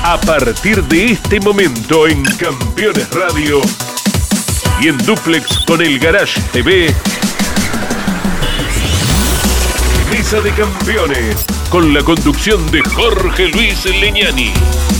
A partir de este momento en Campeones Radio y en Duplex con el Garage TV, Mesa de Campeones, con la conducción de Jorge Luis Leñani.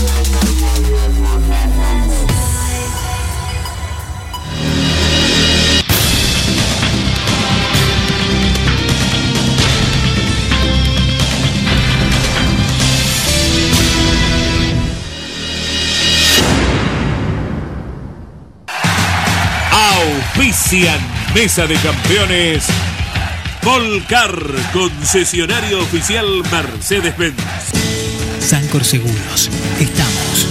Auspician Mesa de Campeones Volcar, concesionario oficial Mercedes-Benz. Sancor Seguros, estamos.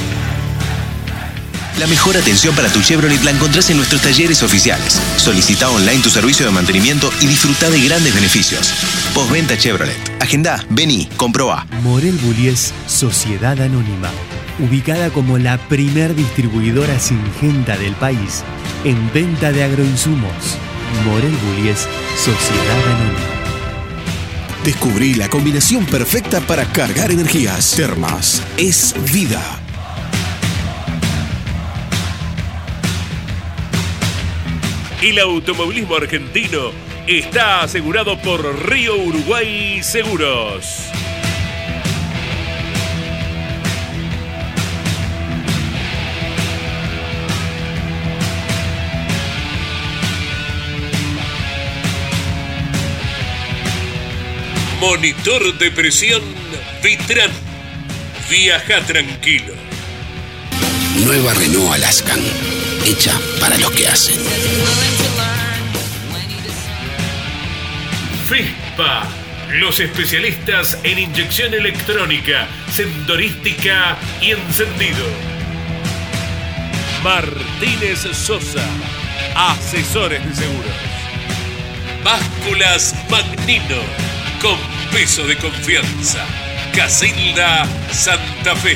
La mejor atención para tu Chevrolet la encontrás en nuestros talleres oficiales. Solicita online tu servicio de mantenimiento y disfruta de grandes beneficios. Postventa Chevrolet. Agendá, vení, comprobá. Morel Bullies Sociedad Anónima, ubicada como la primer distribuidora singenta del país en venta de agroinsumos. Morel Bullies Sociedad Anónima. Descubrí la combinación perfecta para cargar energías. Termas es vida. El automovilismo argentino está asegurado por Río Uruguay Seguros. Monitor de presión Vitran. Viaja tranquilo. Nueva Renault Alaskan, hecha para los que hacen. FESPA, los especialistas en inyección electrónica, sensorística y encendido. Martínez Sosa, asesores de seguros. Básculas Magnino, con peso de confianza. Casilda Santa Fe.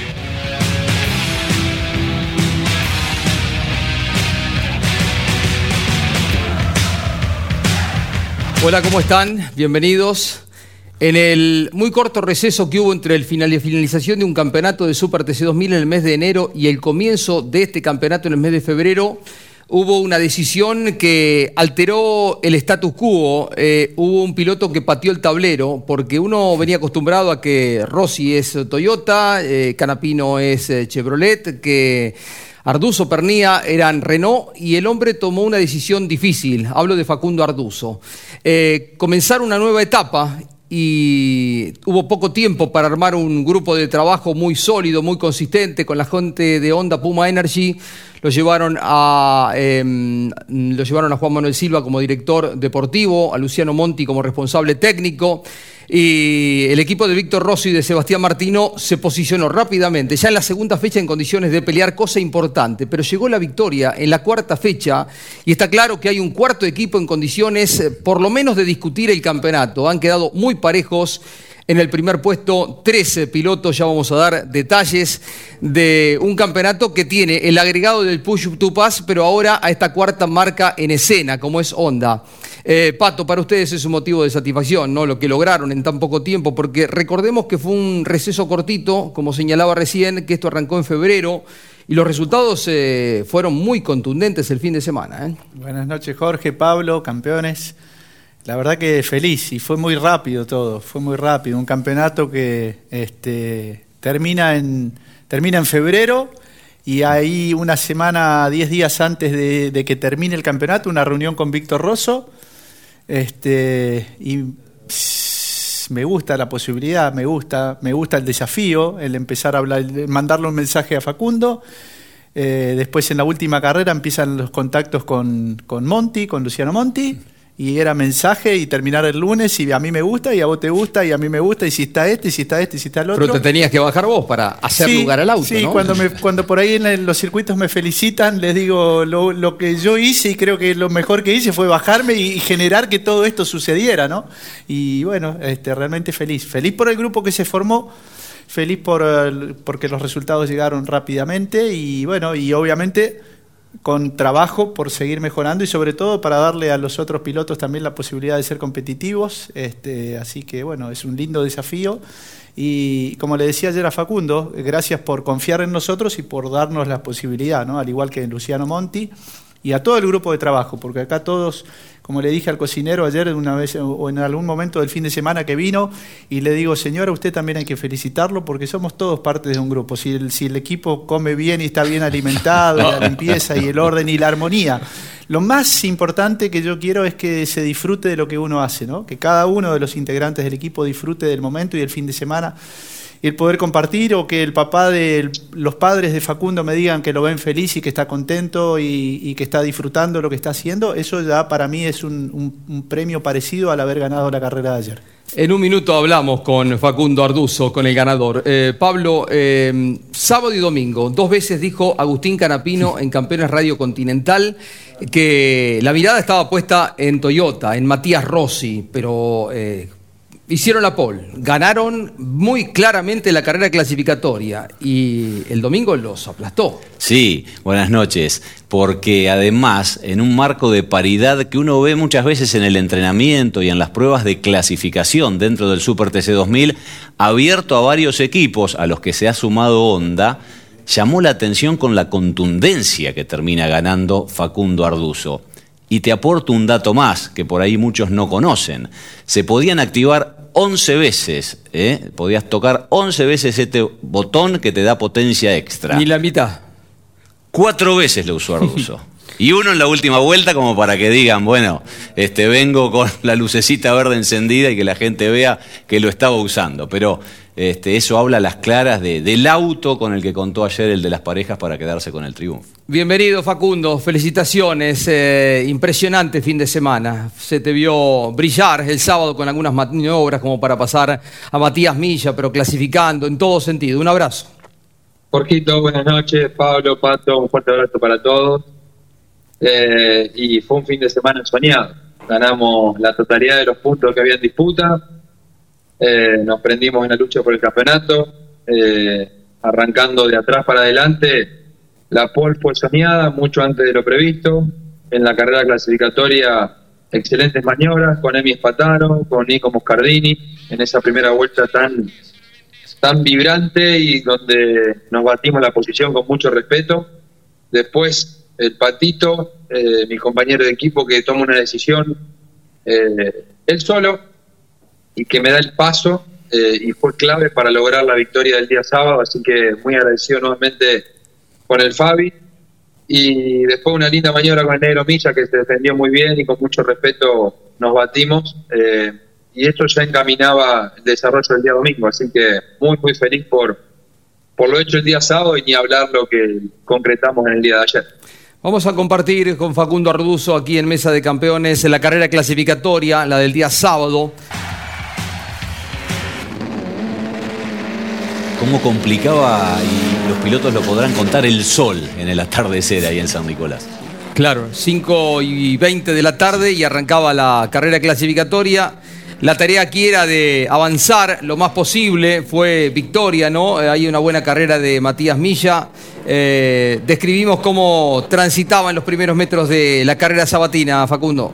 Hola, ¿cómo están? Bienvenidos. En el muy corto receso que hubo entre la finalización de un campeonato de Super TC 2000 en el mes de enero y el comienzo de este campeonato en el mes de febrero, hubo una decisión que alteró el status quo. Hubo un piloto que pateó el tablero, porque uno venía acostumbrado a que Rossi es Toyota, Canapino es Chevrolet, que Arduzo, Pernía eran Renault, y el hombre tomó una decisión difícil. Hablo de Facundo Arduzo. Comenzar una nueva etapa, y hubo poco tiempo para armar un grupo de trabajo muy sólido, muy consistente con la gente de Honda Puma Energy. Lo llevaron a Juan Manuel Silva como director deportivo, a Luciano Monti como responsable técnico, y el equipo de Víctor Rossi y de Sebastián Martino se posicionó rápidamente, ya en la segunda fecha, en condiciones de pelear, cosa importante, pero llegó la victoria en la cuarta fecha, y está claro que hay un cuarto equipo en condiciones por lo menos de discutir el campeonato. Han quedado muy parejos. En el primer puesto, 13 pilotos. Ya vamos a dar detalles de un campeonato que tiene el agregado del Push to Pass, pero ahora a esta cuarta marca en escena, como es Honda. Pato, para ustedes es un motivo de satisfacción, ¿no?, lo que lograron en tan poco tiempo, porque recordemos que fue un receso cortito, como señalaba recién, que esto arrancó en febrero, y los resultados fueron muy contundentes el fin de semana. Buenas noches, Jorge, Pablo, campeones. La verdad que feliz, y fue muy rápido todo, fue muy rápido. Un campeonato que termina en febrero, y ahí una semana, 10 días antes de que termine el campeonato, una reunión con Víctor Rosso, y me gusta la posibilidad, me gusta el desafío, el empezar a hablar, mandarle un mensaje a Facundo. Después, en la última carrera, empiezan los contactos con Monti, con Luciano Monti. Y era mensaje y terminar el lunes, y a mí me gusta, y a vos te gusta, y a mí me gusta, y si está este, y si está este, y si está el otro. Pero te tenías que bajar vos para hacer lugar al auto, sí, ¿no? Cuando por ahí en los circuitos me felicitan, les digo lo que yo hice, y creo que lo mejor que hice fue bajarme y generar que todo esto sucediera, ¿no? Y bueno, realmente feliz por el grupo que se formó, feliz porque los resultados llegaron rápidamente, y bueno, y obviamente con trabajo por seguir mejorando, y sobre todo para darle a los otros pilotos también la posibilidad de ser competitivos. Así que bueno, es un lindo desafío, Y como le decía ayer a Facundo, gracias por confiar en nosotros y por darnos la posibilidad, ¿no? Al igual que Luciano Monti y a todo el grupo de trabajo, porque acá todos, como le dije al cocinero ayer una vez o en algún momento del fin de semana que vino, y le digo, señora, usted también hay que felicitarlo porque somos todos parte de un grupo. Si el equipo come bien y está bien alimentado, la limpieza y el orden y la armonía. Lo más importante que yo quiero es que se disfrute de lo que uno hace, ¿no? Que cada uno de los integrantes del equipo disfrute del momento y el fin de semana. El poder compartir, o que el papá de los padres de Facundo me digan que lo ven feliz y que está contento y que está disfrutando lo que está haciendo, eso ya para mí es un premio parecido al haber ganado la carrera de ayer. En un minuto hablamos con Facundo Arduzo, con el ganador. Pablo, sábado y domingo, 2 veces dijo Agustín Canapino en Campeones Radio Continental que la mirada estaba puesta en Toyota, en Matías Rossi, pero hicieron la pole, ganaron muy claramente la carrera clasificatoria y el domingo los aplastó. Sí, buenas noches, porque además en un marco de paridad que uno ve muchas veces en el entrenamiento y en las pruebas de clasificación dentro del Super TC 2000, abierto a varios equipos a los que se ha sumado Honda, llamó la atención con la contundencia que termina ganando Facundo Arduzo. Y te aporto un dato más que por ahí muchos no conocen. Se podían activar 11 veces, podías tocar 11 veces este botón que te da potencia extra. Ni la mitad. 4 veces lo usó Arduzo. Y uno en la última vuelta como para que digan, bueno, vengo con la lucecita verde encendida y que la gente vea que lo estaba usando. Pero eso habla a las claras del auto con el que contó ayer el de las parejas para quedarse con el triunfo. Bienvenido, Facundo, felicitaciones, impresionante fin de semana. Se te vio brillar el sábado con algunas maniobras como para pasar a Matías Milla, pero clasificando en todo sentido. Un abrazo. Jorgito, buenas noches. Pablo, Pato, un fuerte abrazo para todos. Y fue un fin de semana soñado. Ganamos la totalidad de los puntos que había en disputa. Nos prendimos en la lucha por el campeonato. Arrancando de atrás para adelante, la pole fue soñada mucho antes de lo previsto. En la carrera clasificatoria, excelentes maniobras con Emi Spataro, con Nico Moscardini, en esa primera vuelta tan vibrante y donde nos batimos la posición con mucho respeto. Después el Patito, mi compañero de equipo, que toma una decisión él solo y que me da el paso y fue clave para lograr la victoria del día sábado, así que muy agradecido nuevamente con el Fabi. Y después una linda maniobra con el Negro Milla, que se defendió muy bien y con mucho respeto nos batimos, y esto ya encaminaba el desarrollo del día domingo, así que muy muy feliz por lo hecho el día sábado y ni hablar lo que concretamos en el día de ayer. Vamos a compartir con Facundo Arduzo aquí en Mesa de Campeones la carrera clasificatoria, la del día sábado. Cómo complicaba, y los pilotos lo podrán contar, el sol en el atardecer ahí en San Nicolás. Claro, 5:20 de la tarde y arrancaba la carrera clasificatoria. La tarea aquí era de avanzar lo más posible, fue victoria, ¿no? Hay una buena carrera de Matías Milla. Describimos cómo transitaba en los primeros metros de la carrera sabatina, Facundo.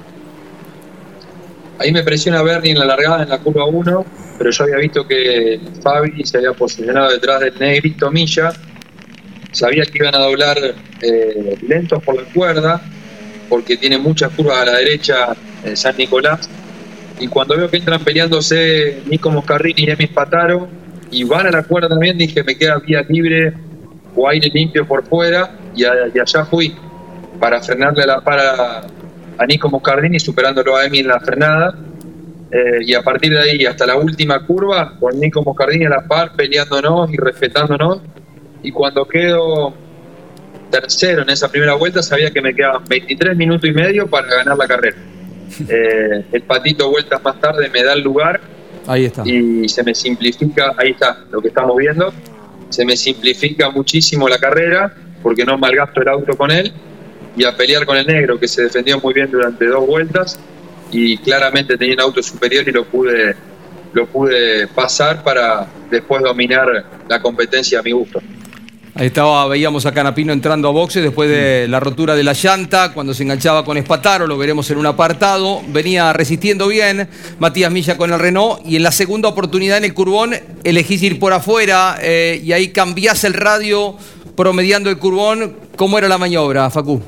Ahí me presiona Berni en la largada, en la curva 1, pero yo había visto que Fabi se había posicionado detrás del Negrito Milla. Sabía que iban a doblar lentos por la cuerda, porque tiene muchas curvas a la derecha en San Nicolás. Y cuando veo que entran peleándose Nico Moscardini y Emi Spataro, y van a la cuerda también, dije, me queda vía libre o aire limpio por fuera, y allá fui para frenarle la par a Nico Moscardini, superándolo a Emi en la frenada. Y a partir de ahí hasta la última curva, con Nico Moscardini a la par, peleándonos y respetándonos. Y cuando quedo tercero en esa primera vuelta, sabía que me quedaban 23 minutos y medio para ganar la carrera. El Patito vueltas más tarde me da el lugar. Ahí está. Y se me simplifica, ahí está lo que estamos viendo, se me simplifica muchísimo la carrera porque no malgasto el auto con él, y a pelear con el Negro, que se defendió muy bien durante 2 vueltas y claramente tenía un auto superior y lo pude pasar para después dominar la competencia a mi gusto. Ahí veíamos a Canapino entrando a boxes después de la rotura de la llanta, cuando se enganchaba con Espataro, lo veremos en un apartado. Venía resistiendo bien Matías Milla con el Renault, y en la segunda oportunidad en el Curbón elegís ir por afuera y ahí cambiás el radio promediando el Curbón. ¿Cómo era la maniobra, Facu?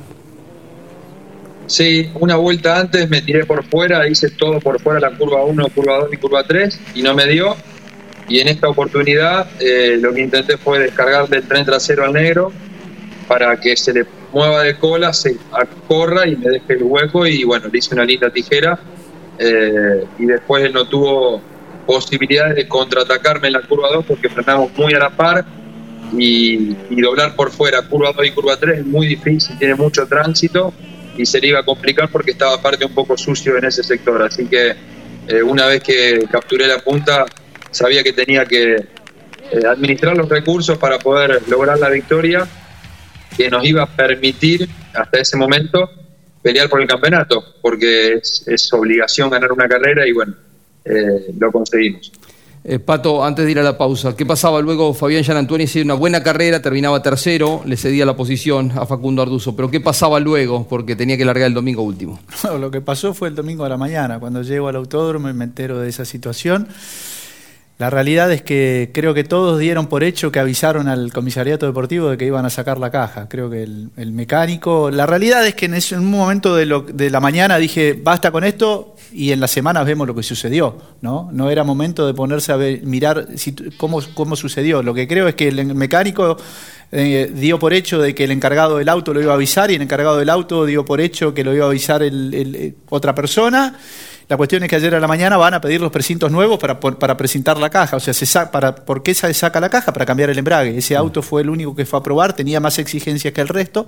Sí, una vuelta antes me tiré por fuera, hice todo por fuera, la curva 1, curva 2 y curva 3, y no me dio. Y en esta oportunidad lo que intenté fue descargar del tren trasero al negro para que se le mueva de cola, se corra y me deje el hueco, y bueno, le hice una linda tijera y después él no tuvo posibilidades de contraatacarme en la curva 2 porque frenamos muy a la par, y doblar por fuera curva 2 y curva 3 es muy difícil, tiene mucho tránsito y se le iba a complicar porque estaba aparte un poco sucio en ese sector, así que una vez que capturé la punta sabía que tenía que administrar los recursos para poder lograr la victoria que nos iba a permitir hasta ese momento pelear por el campeonato, porque es obligación ganar una carrera, y bueno, lo conseguimos. Pato, antes de ir a la pausa, ¿qué pasaba luego? Fabián Gianantuoni hacía una buena carrera, terminaba tercero, le cedía la posición a Facundo Arduzo, pero ¿qué pasaba luego? Porque tenía que largar el domingo último. No, lo que pasó fue el domingo a la mañana, cuando llego al autódromo y me entero de esa situación. La realidad es que creo que todos dieron por hecho que avisaron al comisariato deportivo de que iban a sacar la caja. Creo que el mecánico... La realidad es que en un momento de la mañana dije, basta con esto, y en la semana vemos lo que sucedió, ¿no? No era momento de ponerse a mirar cómo sucedió. Lo que creo es que el mecánico dio por hecho de que el encargado del auto lo iba a avisar, y el encargado del auto dio por hecho que lo iba a avisar otra persona. La cuestión es que ayer a la mañana van a pedir los precintos nuevos para precintar la caja. O sea, ¿por qué se saca la caja? Para cambiar el embrague. Ese auto fue el único que fue a probar, tenía más exigencias que el resto.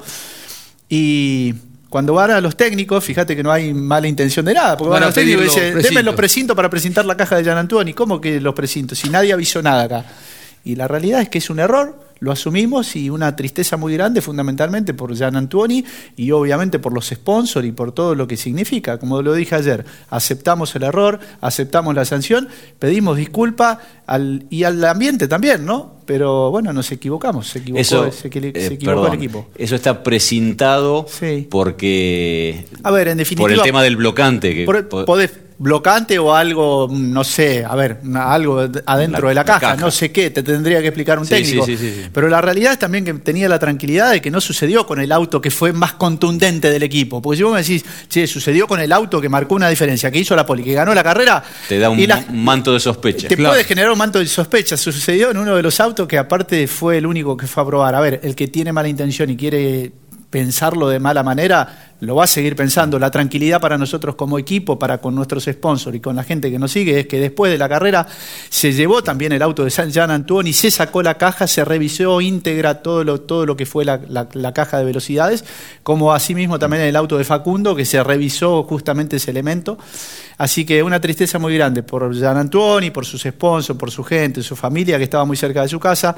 Y cuando van a los técnicos, fíjate que no hay mala intención de nada, porque van a los técnicos y dicen, denme los precintos para precintar la caja de Gianantuoni. ¿Cómo que los precintos? Si nadie avisó nada acá. Y la realidad es que es un error, lo asumimos, y una tristeza muy grande, fundamentalmente por Gianantuoni y obviamente por los sponsors y por todo lo que significa. Como lo dije ayer, aceptamos el error, aceptamos la sanción, pedimos disculpas y al ambiente también, ¿no? Pero bueno, nos equivocamos, se equivocó el equipo. Eso está precintado, sí, porque... A ver, en definitiva... Por el tema del blocante. Blocante o algo, no sé, algo adentro de la caja, no sé qué, te tendría que explicar un técnico. Sí. Pero la realidad es también que tenía la tranquilidad de que no sucedió con el auto que fue más contundente del equipo. Porque si vos me decís, che, sucedió con el auto que marcó una diferencia, que hizo la poli, que ganó la carrera... Te da un manto de sospecha. Te puede generar un manto de sospecha. Sucedió en uno de los autos que aparte fue el único que fue a probar. A ver, el que tiene mala intención y quiere pensarlo de mala manera, lo va a seguir pensando. La tranquilidad para nosotros como equipo, para con nuestros sponsors y con la gente que nos sigue, es que después de la carrera se llevó también el auto de Gianantuoni, se sacó la caja, se revisó íntegra todo lo que fue la caja de velocidades, como asimismo también el auto de Facundo, que se revisó justamente ese elemento. Así que una tristeza muy grande por Gianantuoni, por sus sponsors, por su gente, su familia que estaba muy cerca de su casa,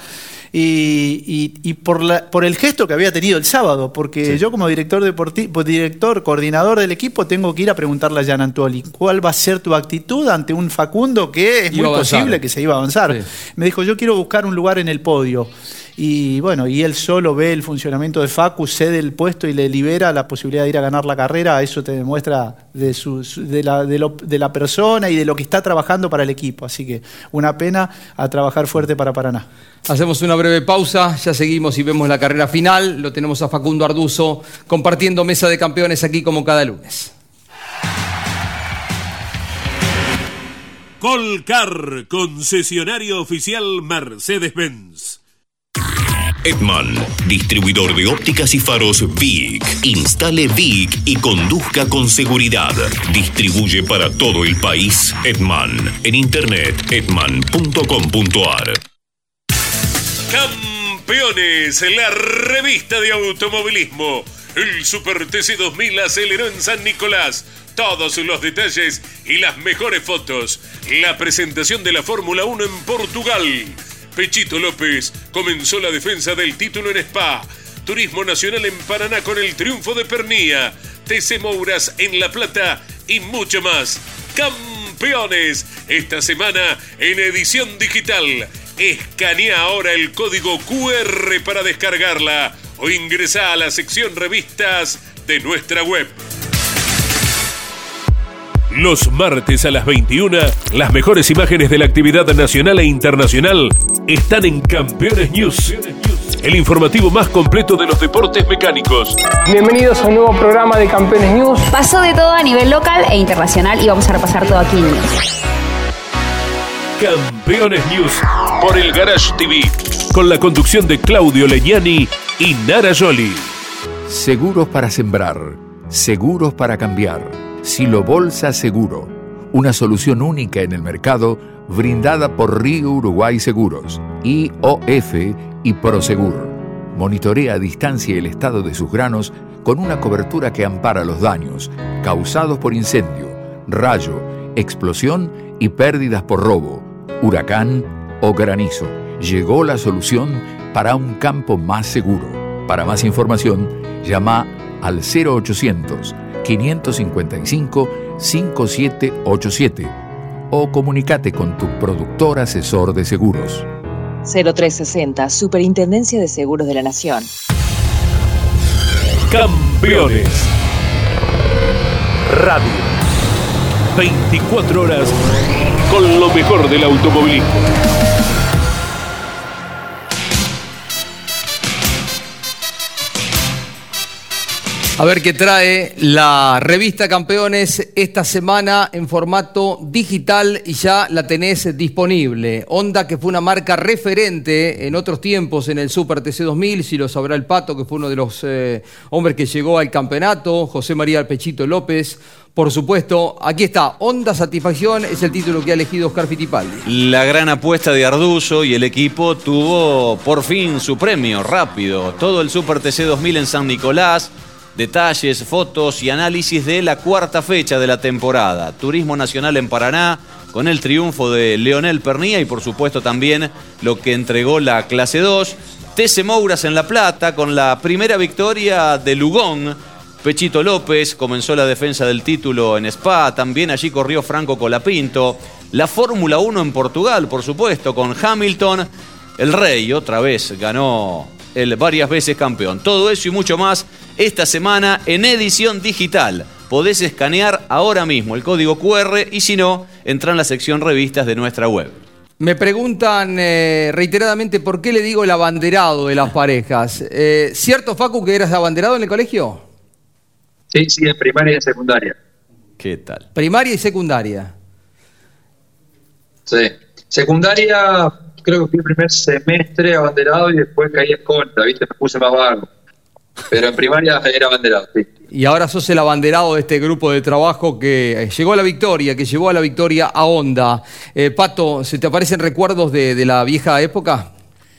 y por el gesto que había tenido el sábado, porque yo como director coordinador del equipo, tengo que ir a preguntarle a Gianantuoni cuál va a ser tu actitud ante un Facundo que es muy posible que se iba a avanzar. Sí. Me dijo, yo quiero buscar un lugar en el podio. Y bueno, y él solo ve el funcionamiento de Facu, cede el puesto y le libera la posibilidad de ir a ganar la carrera. Eso te demuestra de la persona y de lo que está trabajando para el equipo. Así que una pena, a trabajar fuerte para Paraná. Hacemos una breve pausa, ya seguimos y vemos la carrera final. Lo tenemos a Facundo Arduzo compartiendo mesa de campeones aquí como cada lunes. Colcar, concesionario oficial Mercedes-Benz. Edman, distribuidor de ópticas y faros Vic. Instale Vic y conduzca con seguridad. Distribuye para todo el país Edman. En internet, edman.com.ar. Campeones, la revista de automovilismo. El Super TC2000 aceleró en San Nicolás. Todos los detalles y las mejores fotos. La presentación de la Fórmula 1 en Portugal. Pechito López comenzó la defensa del título en Spa. Turismo Nacional en Paraná con el triunfo de Pernía. TC Mouras en La Plata y mucho más. Campeones, esta semana en edición digital. Escanea ahora el código QR para descargarla o ingresá a la sección revistas de nuestra web. Los martes a las 21, las mejores imágenes de la actividad nacional e internacional están en Campeones News, el informativo más completo de los deportes mecánicos. Bienvenidos a un nuevo programa de Campeones News. Pasó de todo a nivel local e internacional y vamos a repasar todo aquí en News. Campeones News por el Garage TV, con la conducción de Claudio Legnani y Nara Joli. Seguros para sembrar, seguros para cambiar. Silo Bolsa Seguro, una solución única en el mercado brindada por Río Uruguay Seguros, IOF y Prosegur. Monitorea a distancia el estado de sus granos con una cobertura que ampara los daños causados por incendio, rayo, explosión y pérdidas por robo, huracán o granizo. Llegó la solución para un campo más seguro. Para más información, llama al 0800-555-5787 o comunícate con tu productor asesor de seguros. 0360, Superintendencia de Seguros de la Nación. Campeones Radio. 24 horas con lo mejor del automovilismo. A ver qué trae la revista Campeones esta semana en formato digital y ya la tenés disponible. Honda, que fue una marca referente en otros tiempos en el Super TC2000, si lo sabrá el Pato, que fue uno de los hombres que llegó al campeonato, José María Pechito López. Por supuesto, aquí está, Honda Satisfacción, es el título que ha elegido Oscar Fittipaldi. La gran apuesta de Arduzo y el equipo tuvo por fin su premio rápido. Todo el Super TC2000 en San Nicolás. Detalles, fotos y análisis de la cuarta fecha de la temporada. Turismo Nacional en Paraná, con el triunfo de Leonel Pernía y por supuesto también lo que entregó la clase 2. TC Mouras en La Plata, con la primera victoria de Lugón. Pechito López comenzó la defensa del título en Spa, también allí corrió Franco Colapinto. La Fórmula 1 en Portugal, por supuesto, con Hamilton. El Rey otra vez ganó el varias veces campeón. Todo eso y mucho más esta semana en edición digital. Podés escanear ahora mismo el código QR y si no, entra en la sección revistas de nuestra web. Me preguntan reiteradamente por qué le digo el abanderado de las parejas. ¿Cierto, Facu, que eras abanderado en el colegio? Sí, en primaria y en secundaria. ¿Qué tal? Primaria y secundaria. Sí. Secundaria, creo que fui el primer semestre abanderado y después caí escolta, ¿viste? Me puse más vago. Pero en primaria era abanderado, sí. Y ahora sos el abanderado de este grupo de trabajo que llegó a la victoria, que llevó a la victoria a Honda. Pato, ¿se te aparecen recuerdos de la vieja época?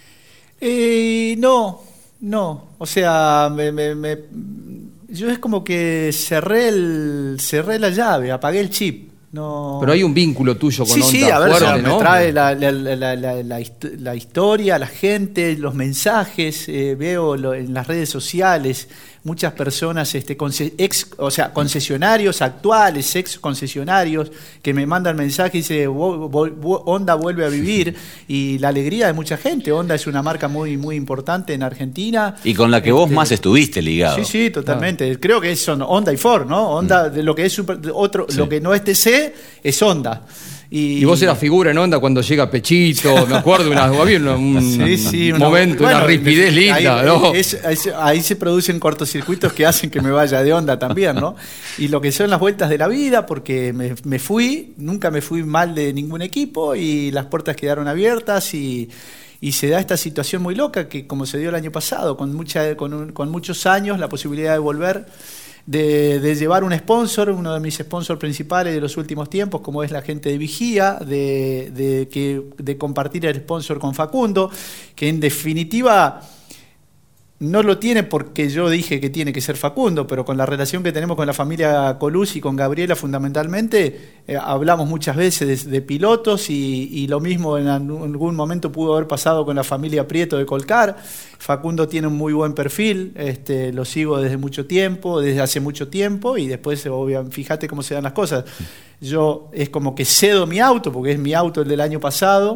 No. O sea, yo es como que cerré la llave, apagué el chip. No. Pero hay un vínculo tuyo con Honda. Sí, a ver, fuerte, ¿no? Me trae la historia, la gente, los mensajes, veo en las redes sociales muchas personas, concesionarios actuales, ex concesionarios, que me mandan mensajes y dicen Honda vuelve a vivir, y la alegría de mucha gente. Honda es una marca muy, muy importante en Argentina. Y con la que vos más estuviste ligado. Sí, totalmente. Creo que son Honda y Ford, ¿no? Honda, de lo que es lo que no es TC, es Honda. Y vos eras figura en Honda cuando llega Pechito, me acuerdo, había un momento, una rispidez linda, ¿no? Ahí se producen cortocircuitos que hacen que me vaya de Honda también, ¿no? Y lo que son las vueltas de la vida, porque me fui, nunca me fui mal de ningún equipo y las puertas quedaron abiertas y se da esta situación muy loca que, como se dio el año pasado, con muchos años, la posibilidad de volver, de llevar un sponsor, uno de mis sponsors principales de los últimos tiempos, como es la gente de Vigía, de compartir el sponsor con Facundo, que en definitiva no lo tiene porque yo dije que tiene que ser Facundo, pero con la relación que tenemos con la familia Colucci y con Gabriela fundamentalmente, hablamos muchas veces de pilotos y lo mismo en algún momento pudo haber pasado con la familia Prieto de Colcar. Facundo tiene un muy buen perfil, lo sigo desde hace mucho tiempo y después, fíjate cómo se dan las cosas. Yo es como que cedo mi auto, porque es mi auto el del año pasado,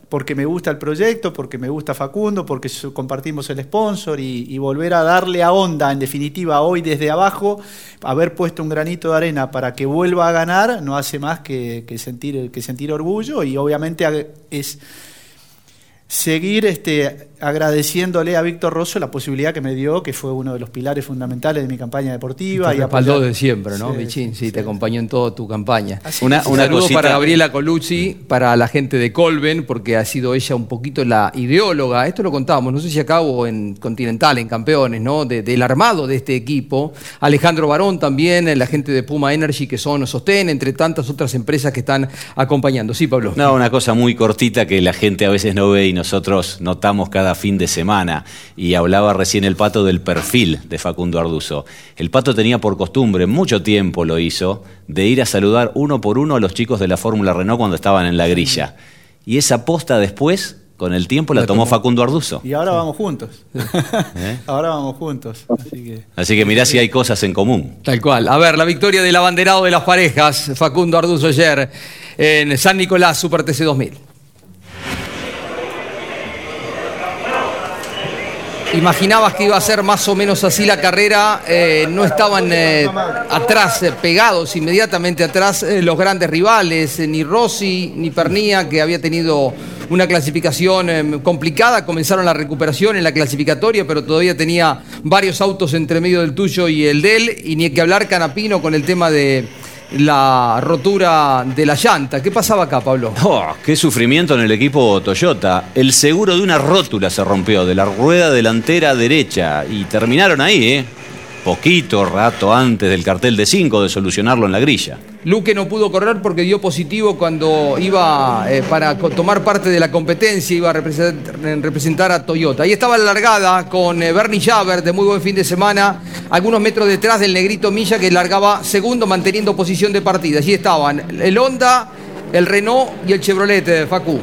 porque me gusta el proyecto, porque me gusta Facundo, porque compartimos el sponsor y volver a darle a Honda, en definitiva, hoy desde abajo, haber puesto un granito de arena para que vuelva a ganar, no hace más que sentir orgullo, y obviamente es seguir agradeciéndole a Víctor Rosso la posibilidad que me dio, que fue uno de los pilares fundamentales de mi campaña deportiva. Te respaldó de siempre, ¿no, Michín? Sí, te acompañó en toda tu campaña. Una saludo cosita para Gabriela Colucci, para la gente de Colben, porque ha sido ella un poquito la ideóloga. Esto lo contábamos, no sé si acá o en Continental, en Campeones, ¿no? Del armado de este equipo. Alejandro Barón también, la gente de Puma Energy, que son Sostén, entre tantas otras empresas que están acompañando. Sí, Pablo. No, una cosa muy cortita que la gente a veces no ve y nosotros notamos cada fin de semana, y hablaba recién el Pato del perfil de Facundo Arduzo. El Pato tenía por costumbre, mucho tiempo lo hizo, de ir a saludar uno por uno a los chicos de la Fórmula Renault cuando estaban en la grilla. Y esa posta después, con el tiempo, la tomó Facundo Arduzo. Y ahora vamos juntos. Ahora vamos juntos. Así que mirá si hay cosas en común. Tal cual. A ver, la victoria del abanderado de las parejas, Facundo Arduzo ayer, en San Nicolás, Super TC 2000. ¿Imaginabas que iba a ser más o menos así la carrera? No estaban atrás, pegados inmediatamente atrás los grandes rivales, ni Rossi ni Pernía, que había tenido una clasificación complicada. Comenzaron la recuperación en la clasificatoria, pero todavía tenía varios autos entre medio del tuyo y el de él, y ni que hablar Canapino con el tema de la rotura de la llanta. ¿Qué pasaba acá, Pablo? Qué sufrimiento en el equipo Toyota. El seguro de una rótula se rompió, de la rueda delantera derecha, y terminaron ahí, poquito rato antes del cartel de 5 de solucionarlo en la grilla. Luque no pudo correr porque dio positivo cuando iba para tomar parte de la competencia, iba a representar a Toyota. Ahí estaba la largada con Bernie Javer, de muy buen fin de semana, algunos metros detrás del Negrito Milla, que largaba segundo manteniendo posición de partida. Allí estaban el Honda, el Renault y el Chevrolet, Facu.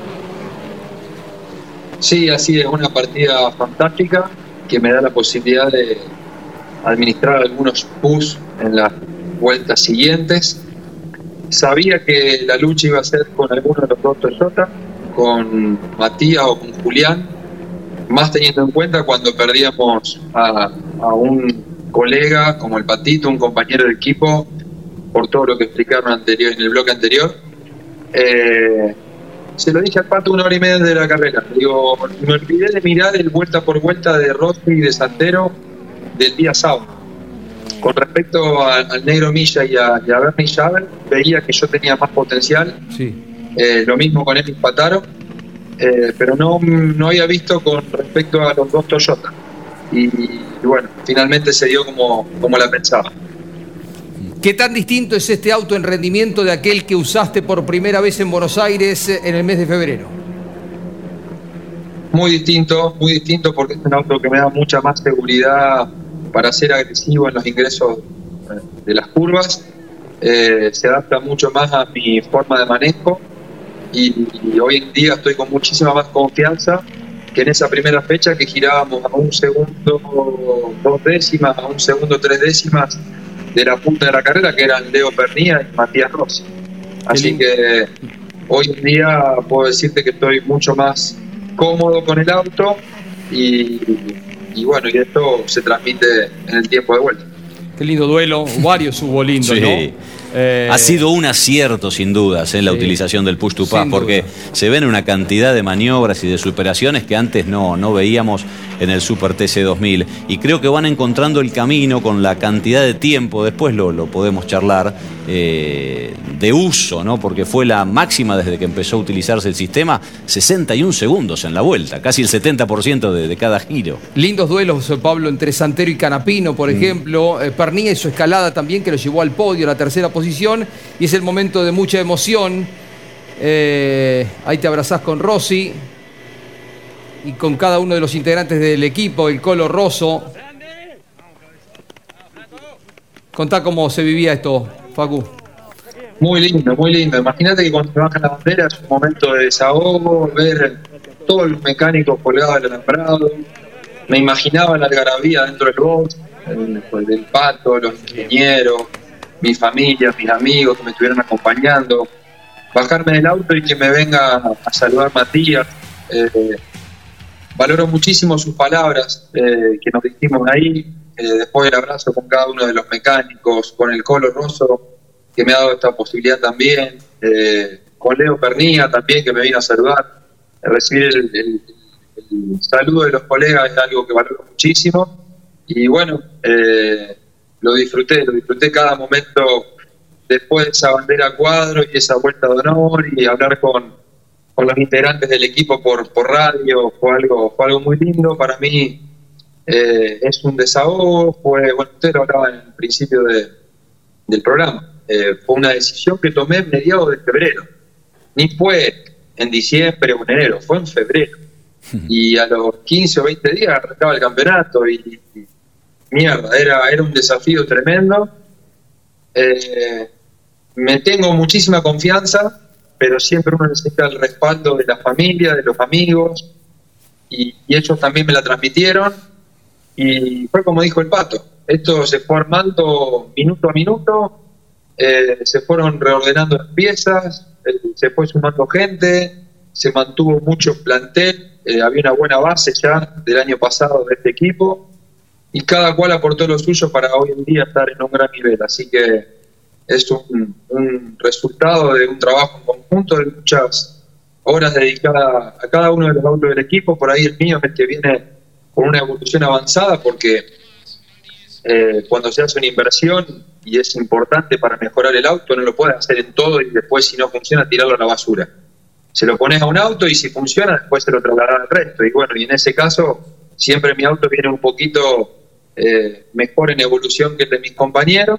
Sí, así es, una partida fantástica que me da la posibilidad de administrar algunos push en las vueltas siguientes. Sabía que la lucha iba a ser con alguno de los dos Toyota, con Matías o con Julián, más teniendo en cuenta cuando perdíamos a un colega como el Patito, un compañero de equipo, por todo lo que explicaron en el bloque anterior. Se lo dije al Pato 1 hora y media de la carrera. Digo, me olvidé de mirar el vuelta por vuelta de Rossi y de Santero del día sábado. Con respecto al Negro Milla y a Bernie Javer, veía que yo tenía más potencial. Sí. Lo mismo con Elis Pataro, pero no había visto con respecto a los dos Toyota. Y bueno, finalmente se dio como la pensaba. ¿Qué tan distinto es este auto en rendimiento de aquel que usaste por primera vez en Buenos Aires en el mes de febrero? Muy distinto porque es un auto que me da mucha más seguridad para ser agresivo en los ingresos de las curvas. Se adapta mucho más a mi forma de manejo y hoy en día estoy con muchísima más confianza que en esa primera fecha, que girábamos a 1 segundo 2 décimas, a 1 segundo 3 décimas de la punta de la carrera, que eran Leo Pernía y Matías Rossi. Así que hoy en día puedo decirte que estoy mucho más cómodo con el auto y bueno, y esto se transmite en el tiempo de vuelta. Qué lindo duelo, varios hubo lindos, sí. ¿no? Ha sido un acierto sin dudas en la utilización del push to pass, porque se ven una cantidad de maniobras y de superaciones que antes no veíamos en el Super TC 2000, y creo que van encontrando el camino con la cantidad de tiempo, después lo podemos charlar, de uso, ¿no? Porque fue la máxima desde que empezó a utilizarse el sistema, 61 segundos en la vuelta, casi el 70% de cada giro. Lindos duelos, Pablo, entre Santero y Canapino, por ejemplo. Pernía y su escalada también, que lo llevó al podio, a la tercera posición, y es el momento de mucha emoción. Ahí te abrazás con Rossi y con cada uno de los integrantes del equipo, el Colo Rosso. Contá cómo se vivía esto, Facu. Muy lindo, muy lindo. Imagínate que cuando se bajan las banderas es un momento de desahogo, ver todos los mecánicos colgados del alambrado. Me imaginaba la algarabía dentro del box, del Pato, los ingenieros, mi familia, mis amigos que me estuvieron acompañando. bajarme del auto y que me venga a saludar Matías. Valoro muchísimo sus palabras que nos dijimos ahí, después del abrazo con cada uno de los mecánicos, con el Colo Rosso, que me ha dado esta posibilidad también, con Leo Pernía también, que me vino a saludar. Recibir el saludo de los colegas es algo que valoro muchísimo, y bueno, lo disfruté cada momento después de esa bandera a cuadro y esa vuelta de honor, y hablar con los integrantes del equipo por radio, fue algo muy lindo. Para mí es un desahogo, bueno, usted lo hablaba en el principio del programa, fue una decisión que tomé en mediados de febrero, ni fue en diciembre o en enero, fue en febrero, y a los 15 o 20 días arrancaba el campeonato y mierda, era un desafío tremendo. Me tengo muchísima confianza, pero siempre uno necesita el respaldo de la familia, de los amigos, y ellos también me la transmitieron, y fue como dijo el Pato, esto se fue armando minuto a minuto, se fueron reordenando las piezas, se fue sumando gente, se mantuvo mucho plantel, había una buena base ya del año pasado de este equipo, y cada cual aportó lo suyo para hoy en día estar en un gran nivel, así que es un resultado de un trabajo en conjunto, de muchas horas dedicadas a cada uno de los autos del equipo. Por ahí el mío es el que viene con una evolución avanzada, porque cuando se hace una inversión y es importante para mejorar el auto, no lo puedes hacer en todo y después, si no funciona, tirarlo a la basura. Se lo pones a un auto y si funciona, después se lo trasladas al resto. Y bueno, y en ese caso, siempre mi auto viene un poquito mejor en evolución que el de mis compañeros.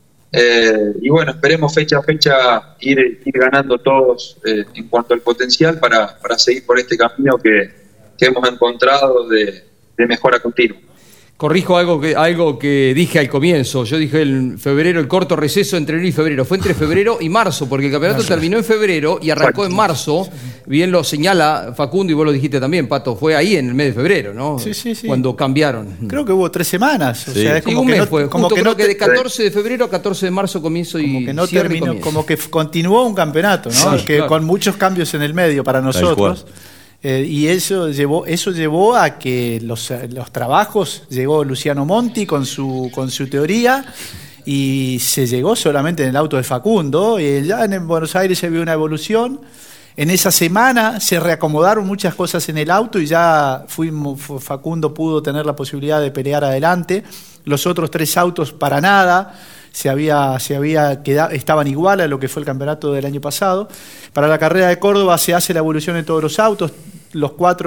Y bueno, esperemos fecha a fecha ir ganando todos en cuanto al potencial para seguir por este camino que hemos encontrado de mejora continua. Corrijo algo que dije al comienzo. Yo dije en febrero, el corto receso entre enero y febrero. Fue entre febrero y marzo, porque el campeonato terminó en febrero y arrancó en marzo. Bien lo señala Facundo y vos lo dijiste también, Pato. Fue ahí en el mes de febrero, ¿no? Sí. Cuando cambiaron. Creo que hubo 3 semanas. O sea, es como un que mes no, fue. como Justo que creo no que de 14 de febrero a 14 de marzo comienzo y como que no cierre terminó, comienzo. como que continuó un campeonato, ¿no? Sí, que claro. con muchos cambios en el medio para nosotros. Y eso llevó a que los trabajos, llegó Luciano Monti con su teoría, y se llegó solamente en el auto de Facundo, y ya en Buenos Aires se vio una evolución. En esa semana se reacomodaron muchas cosas en el auto y ya Facundo pudo tener la posibilidad de pelear adelante. Los otros 3 autos para nada se había quedado, estaban igual a lo que fue el campeonato del año pasado. Para la carrera de Córdoba se hace la evolución en todos los autos. El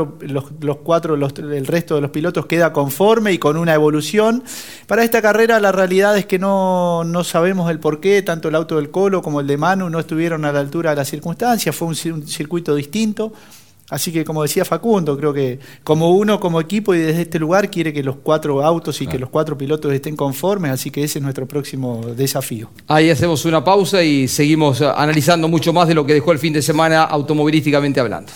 resto de los pilotos queda conforme y con una evolución. Para esta carrera la realidad es que no sabemos el porqué, tanto el auto del Colo como el de Manu no estuvieron a la altura de las circunstancias, fue un circuito distinto. Así que, como decía Facundo, creo que como equipo y desde este lugar quiere que los 4 autos y que los 4 pilotos estén conformes, así que ese es nuestro próximo desafío. Ahí hacemos una pausa y seguimos analizando mucho más de lo que dejó el fin de semana automovilísticamente hablando.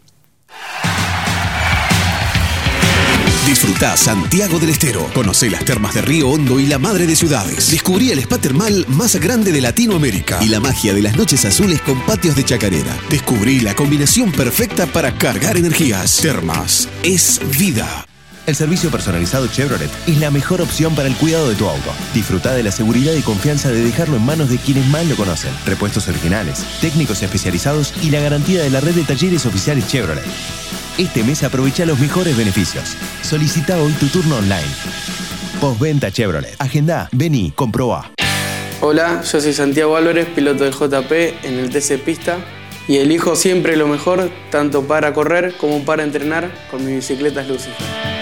Disfrutá Santiago del Estero. Conocé las termas de Río Hondo y la madre de ciudades. Descubrí el spa termal más grande de Latinoamérica y la magia de las noches azules con patios de chacarera. Descubrí la combinación perfecta para cargar energías. Termas es vida. El servicio personalizado Chevrolet es la mejor opción para el cuidado de tu auto. Disfruta de la seguridad y confianza de dejarlo en manos de quienes más lo conocen. Repuestos originales, técnicos especializados y la garantía de la red de talleres oficiales Chevrolet. Este mes aprovecha los mejores beneficios. Solicita hoy tu turno online. Postventa Chevrolet. Agendá, vení, comprobá. Hola, yo soy Santiago Álvarez, piloto del JP en el TC Pista, y elijo siempre lo mejor, tanto para correr como para entrenar, con mis bicicletas Lucifer.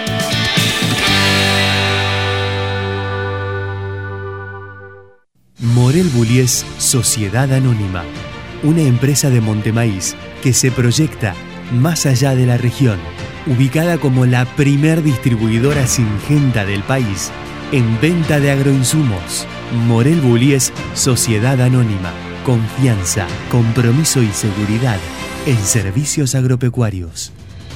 Morel Bullies Sociedad Anónima, una empresa de Montemaíz que se proyecta más allá de la región, ubicada como la primer distribuidora singenta del país en venta de agroinsumos. Morel Bullies Sociedad Anónima, confianza, compromiso y seguridad en servicios agropecuarios.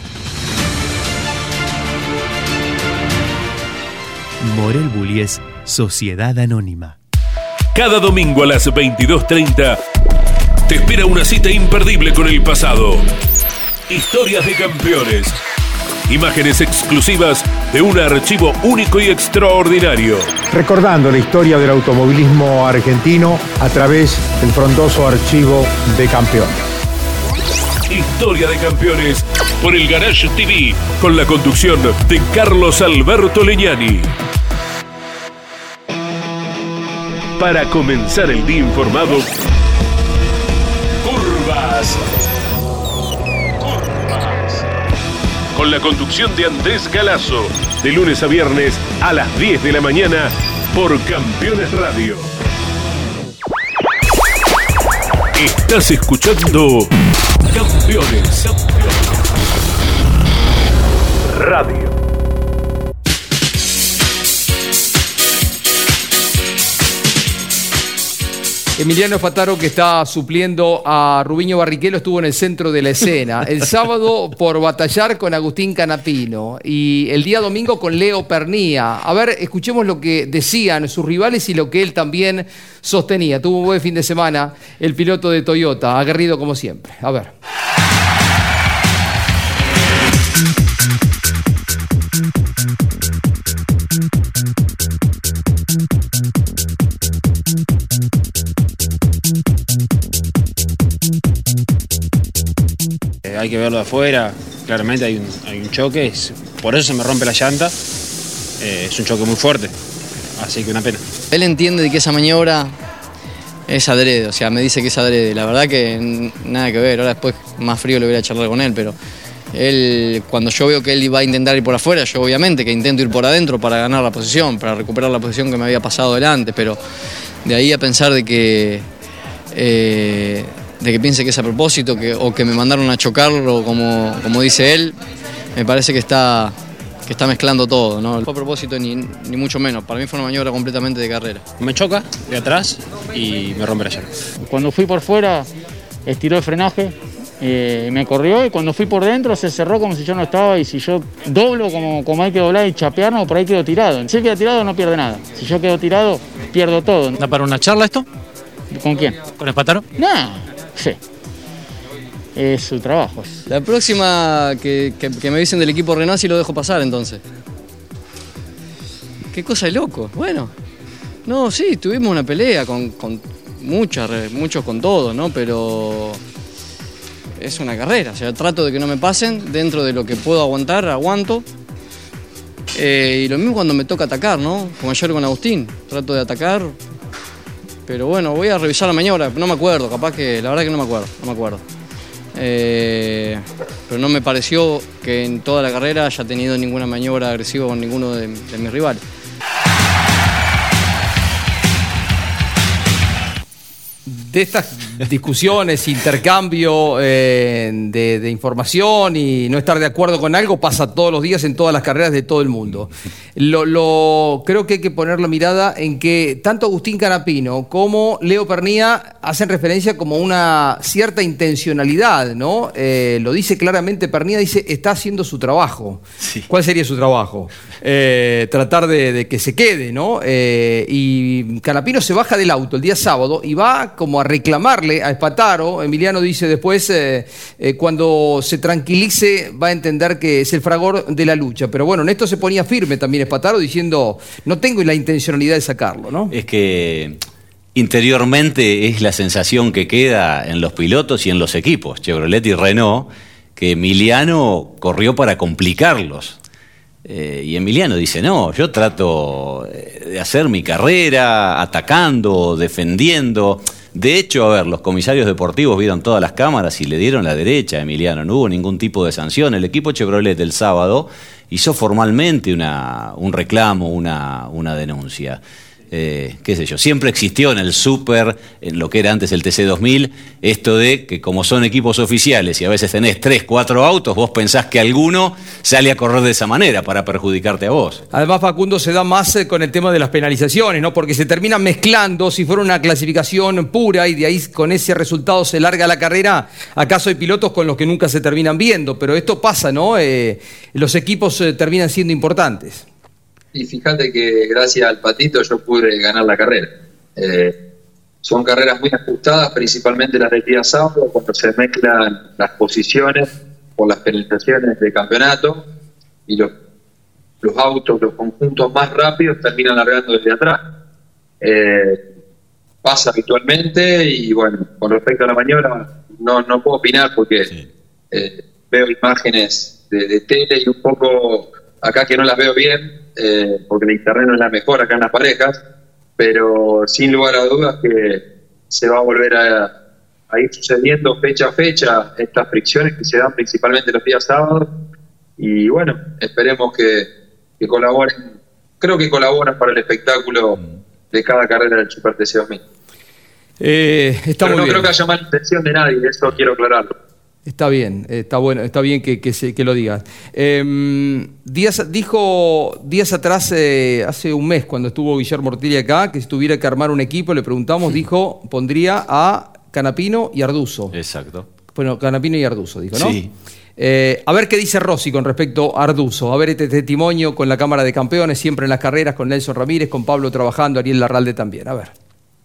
Morel Bullies Sociedad Anónima. Cada domingo a las 22:30, te espera una cita imperdible con el pasado. Historias de campeones. Imágenes exclusivas de un archivo único y extraordinario. Recordando la historia del automovilismo argentino a través del frondoso archivo de campeones. Historia de campeones por el Garage TV, con la conducción de Carlos Alberto Leñani. Para comenzar el día informado, Curvas. Con la conducción de Andrés Galazo, de lunes a viernes a las 10 de la mañana por Campeones Radio. Estás escuchando Campeones Radio. Emiliano Spataro, que está supliendo a Rubiño Barrichello, estuvo en el centro de la escena. El sábado por batallar con Agustín Canapino y el día domingo con Leo Pernía. A ver, escuchemos lo que decían sus rivales y lo que él también sostenía. Tuvo un buen fin de semana el piloto de Toyota, aguerrido como siempre. A ver. Hay que verlo de afuera, claramente hay un choque, por eso se me rompe la llanta, es un choque muy fuerte, así que una pena. Él entiende de que esa maniobra es adrede, o sea, me dice que es adrede, la verdad que nada que ver, ahora después más frío le voy a charlar con él, pero él, cuando yo veo que él va a intentar ir por afuera, yo obviamente que intento ir por adentro para ganar la posición, para recuperar la posición que me había pasado delante, pero de ahí a pensar de que piense que es a propósito o que me mandaron a chocarlo, como dice él, me parece que está mezclando todo, ¿no? No fue a propósito ni mucho menos, para mí fue una maniobra completamente de carrera. Me choca de atrás y me rompe la llanta. Cuando fui por fuera, estiró el frenaje, me corrió, y cuando fui por dentro se cerró como si yo no estaba, y si yo doblo como hay que doblar y chapearnos, por ahí quedo tirado. Si él queda tirado no pierde nada, si yo quedo tirado pierdo todo. ¿Da para una charla esto? ¿Con quién? ¿Con Spataro? No. Sí, es su trabajo. La próxima que me dicen del equipo Renault, sí lo dejo pasar entonces. Qué cosa de loco. Bueno, no, sí, tuvimos una pelea con muchos con todos, ¿no? Pero es una carrera, o sea, trato de que no me pasen, dentro de lo que puedo aguantar, aguanto. Y lo mismo cuando me toca atacar, ¿no? Como ayer con Agustín, trato de atacar. Pero bueno, voy a revisar la maniobra, no me acuerdo, capaz que, la verdad que no me acuerdo. Pero no me pareció que en toda la carrera haya tenido ninguna maniobra agresiva con ninguno de mis rivales. De estas discusiones, intercambio de información y no estar de acuerdo con algo pasa todos los días en todas las carreras de todo el mundo. Creo que hay que poner la mirada en que tanto Agustín Canapino como Leo Pernía hacen referencia como una cierta intencionalidad, ¿no? Lo dice claramente Pernía, dice, está haciendo su trabajo. Sí. ¿Cuál sería su trabajo? Tratar de que se quede, ¿no? Y Canapino se baja del auto el día sábado y va como a reclamarle a Spataro. Emiliano dice después, cuando se tranquilice va a entender que es el fragor de la lucha. Pero bueno, en esto se ponía firme también Spataro diciendo, no tengo la intencionalidad de sacarlo, ¿no? Es que interiormente es la sensación que queda en los pilotos y en los equipos, Chevrolet y Renault, que Emiliano corrió para complicarlos. Y Emiliano dice, no, yo trato de hacer mi carrera atacando, defendiendo. De hecho, a ver, los comisarios deportivos vieron todas las cámaras y le dieron la derecha a Emiliano, no hubo ningún tipo de sanción. El equipo Chevrolet el sábado hizo formalmente un reclamo, una denuncia. Qué sé yo, siempre existió en el Super, en lo que era antes el TC2000, esto de que como son equipos oficiales y a veces tenés 3, 4 autos, vos pensás que alguno sale a correr de esa manera para perjudicarte a vos. Además, Facundo, se da más con el tema de las penalizaciones, ¿no? Porque se terminan mezclando, si fuera una clasificación pura y de ahí con ese resultado se larga la carrera, acaso hay pilotos con los que nunca se terminan viendo, pero esto pasa, ¿no? Los equipos terminan siendo importantes. Y fíjate que gracias al Patito yo pude ganar la carrera. Son carreras muy ajustadas, principalmente las del día sábado, cuando se mezclan las posiciones por las penalizaciones de campeonato y los autos, los conjuntos más rápidos terminan largando desde atrás. Pasa habitualmente y bueno, con respecto a la maniobra no puedo opinar porque veo imágenes de tele y un poco acá que no las veo bien porque el internet no es la mejor acá en las parejas, pero sin lugar a dudas que se va a volver a ir sucediendo fecha a fecha estas fricciones que se dan principalmente los días sábados y bueno, esperemos que colaboren, creo que colaboran para el espectáculo de cada carrera del Super TC 2000. Está pero muy no bien. creo que haya mala intención de nadie, eso quiero aclararlo. Está bien, está bueno, está bien que lo digas. Dijo días atrás, hace un mes, cuando estuvo Guillermo Ortelli acá, que si tuviera que armar un equipo, le preguntamos, dijo, pondría a Canapino y Arduzo. Exacto. Bueno, Canapino y Arduzo, dijo, ¿no? Sí. A ver qué dice Rossi con respecto a Arduzo. A ver este testimonio con la Cámara de Campeones, siempre en las carreras, con Nelson Ramírez, con Pablo trabajando, Ariel Larralde también. A ver.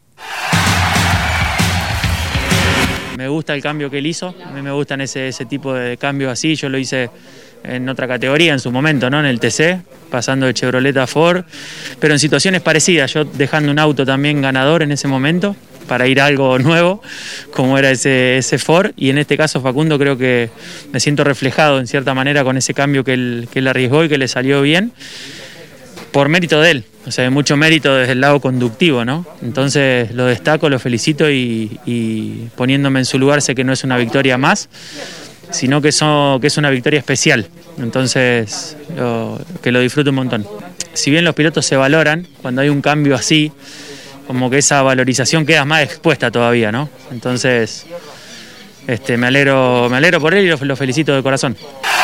Me gusta el cambio que él hizo, a mí me gustan ese tipo de cambios así, yo lo hice en otra categoría en su momento, ¿no? En el TC, pasando de Chevrolet a Ford, pero en situaciones parecidas, yo dejando un auto también ganador en ese momento, para ir a algo nuevo, como era ese Ford, y en este caso Facundo creo que me siento reflejado en cierta manera con ese cambio que él arriesgó y que le salió bien, por mérito de él, o sea, mucho mérito desde el lado conductivo, ¿no? Entonces lo destaco, lo felicito y poniéndome en su lugar sé que no es una victoria más, sino que es una victoria especial, entonces que lo disfruto un montón. Si bien los pilotos se valoran, cuando hay un cambio así, como que esa valorización queda más expuesta todavía, ¿no? Entonces me alegro por él y lo felicito de corazón.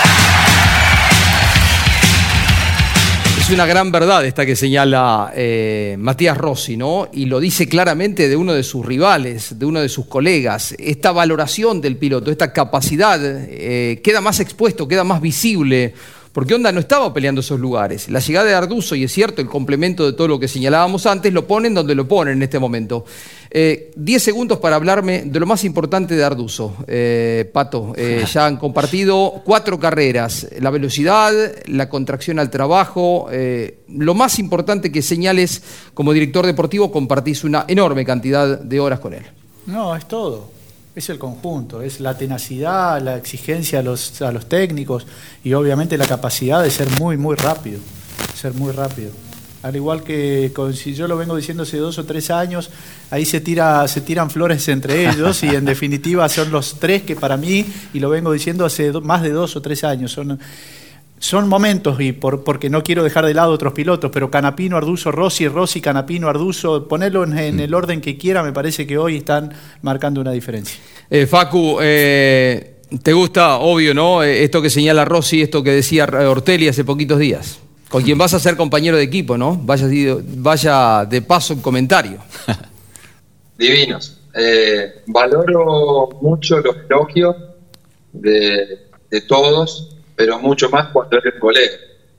Es una gran verdad esta que señala Matías Rossi, ¿no? Y lo dice claramente de uno de sus rivales, de uno de sus colegas. Esta valoración del piloto, esta capacidad queda más expuesto, queda más visible, porque Honda no estaba peleando esos lugares. La llegada de Arduzo, y es cierto, el complemento de todo lo que señalábamos antes, lo ponen donde lo ponen en este momento. 10 segundos para hablarme de lo más importante de Arduzo. Pato, ya han compartido 4 carreras. La velocidad, la contracción al trabajo. Lo más importante que señales como director deportivo, compartís una enorme cantidad de horas con él. No, es todo. Es el conjunto, es la tenacidad, la exigencia a los técnicos y obviamente la capacidad de ser muy, muy rápido. Ser muy rápido. Al igual que si yo lo vengo diciendo hace 2 o 3 años, ahí se tiran flores entre ellos y en definitiva son los 3 que para mí, y lo vengo diciendo hace más de 2 o 3 años, son momentos, y porque no quiero dejar de lado otros pilotos, pero Canapino, Arduzo, Rossi, Canapino, Arduzo, ponerlo en el orden que quiera, me parece que hoy están marcando una diferencia. Facu, te gusta, obvio, ¿no? Esto que señala Rossi, esto que decía Ortelli hace poquitos días, con quien vas a ser compañero de equipo, ¿no? Vaya de paso en comentario. Divinos. Valoro mucho los elogios de todos, pero mucho más cuando eres colega.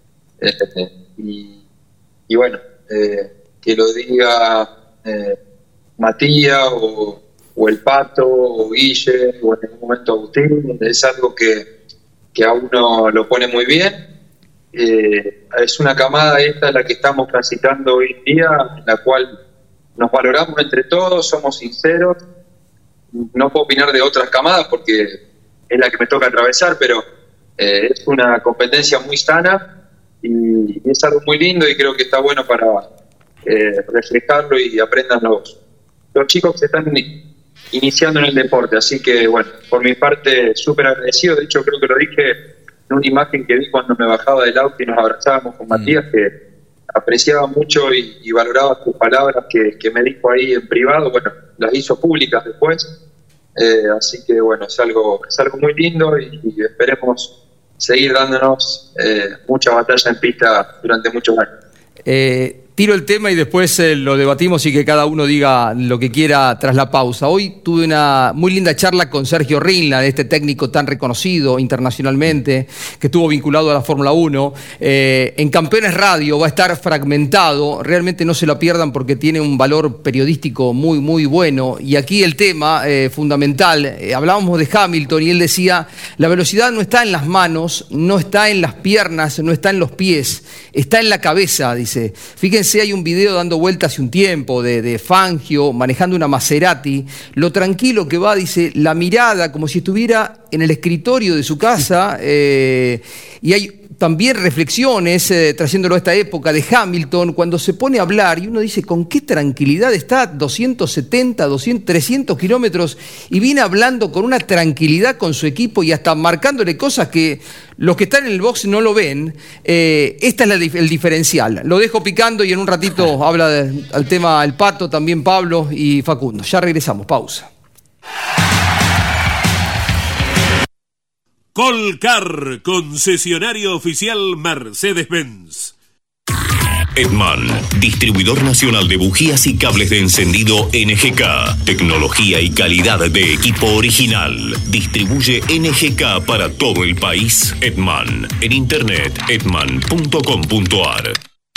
Y bueno, que lo diga Matías o el Pato o Guille o en algún momento Agustín, es algo que a uno lo pone muy bien. Es una camada esta la que estamos transitando hoy en día, en la cual nos valoramos entre todos, somos sinceros. No puedo opinar de otras camadas porque es la que me toca atravesar, pero es una competencia muy sana y es algo muy lindo y creo que está bueno para reflejarlo y aprendan los chicos que se están iniciando en el deporte. Así que bueno, por mi parte súper agradecido. De hecho creo que lo dije en una imagen que vi cuando me bajaba del auto y nos abrazábamos con Matías, que apreciaba mucho y valoraba sus palabras que me dijo ahí en privado. Bueno, las hizo públicas después. Así que bueno, es algo muy lindo y esperemos seguir dándonos mucha batalla en pista durante muchos años. Tiro el tema y después lo debatimos y que cada uno diga lo que quiera tras la pausa. Hoy tuve una muy linda charla con Sergio Rinla, este técnico tan reconocido internacionalmente, que estuvo vinculado a la Fórmula 1. En Campeones Radio va a estar fragmentado, realmente no se la pierdan porque tiene un valor periodístico muy, muy bueno. Y aquí el tema fundamental, hablábamos de Hamilton y él decía, la velocidad no está en las manos, no está en las piernas, no está en los pies, está en la cabeza, dice. Fíjense, hay un video dando vuelta hace un tiempo de Fangio manejando una Maserati, lo tranquilo que va, dice, la mirada como si estuviera en el escritorio de su casa, y hay también reflexiones, trayéndolo a esta época, de Hamilton, cuando se pone a hablar y uno dice, ¿con qué tranquilidad está 270, 200, 300 kilómetros y viene hablando con una tranquilidad con su equipo y hasta marcándole cosas que los que están en el box no lo ven? Esta es el diferencial. Lo dejo picando y en un ratito habla al tema el Pato, también Pablo y Facundo. Ya regresamos, pausa. Colcar, concesionario oficial Mercedes-Benz. Edman, distribuidor nacional de bujías y cables de encendido NGK. Tecnología y calidad de equipo original. Distribuye NGK para todo el país. Edman, en internet edman.com.ar.